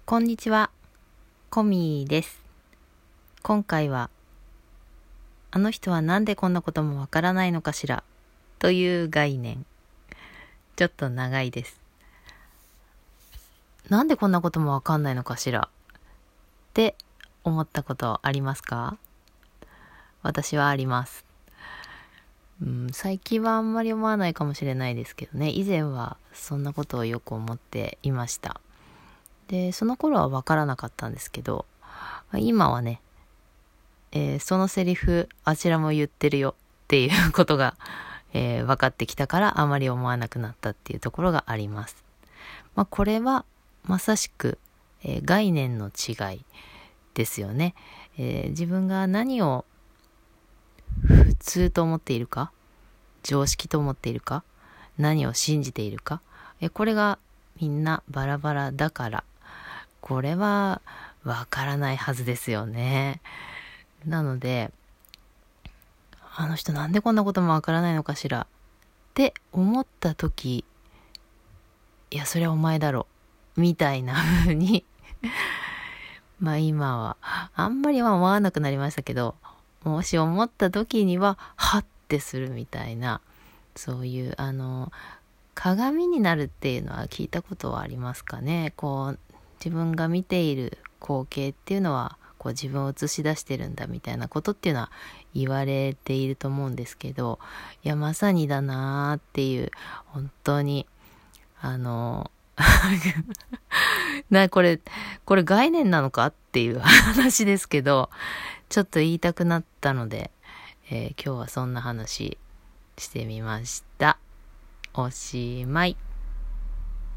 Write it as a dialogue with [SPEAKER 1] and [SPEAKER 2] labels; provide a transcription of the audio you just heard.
[SPEAKER 1] こんにちは、コミです。今回は、あの人はなんでこんなこともわからないのかしらという概念。ちょっと長いです。なんでこんなこともわかんないのかしらって思ったことありますか？私はあります。最近はあんまり思わないかもしれないですけどね、以前はそんなことをよく思っていました。で、その頃はわからなかったんですけど、今はね、そのセリフあちらも言ってるよっていうことが、分かってきたからあまり思わなくなったっていうところがあります。これはまさしく、概念の違いですよね。自分が何を普通と思っているか、常識と思っているか、何を信じているか、これがみんなバラバラだから、これはわからないはずですよね。なので、あの人なんでこんなこともわからないのかしらって思った時、いやそれはお前だろみたいな風に今はあんまり思わなくなりましたけど、もし思った時にはハッてするみたいな、そういう鏡になるっていうのは聞いたことはありますかね。自分が見ている光景っていうのは自分を映し出してるんだみたいなことっていうのは言われていると思うんですけど、いやまさにだなーっていう、本当にこれ概念なのかっていう話ですけど、ちょっと言いたくなったので、今日はそんな話してみました。おしまい。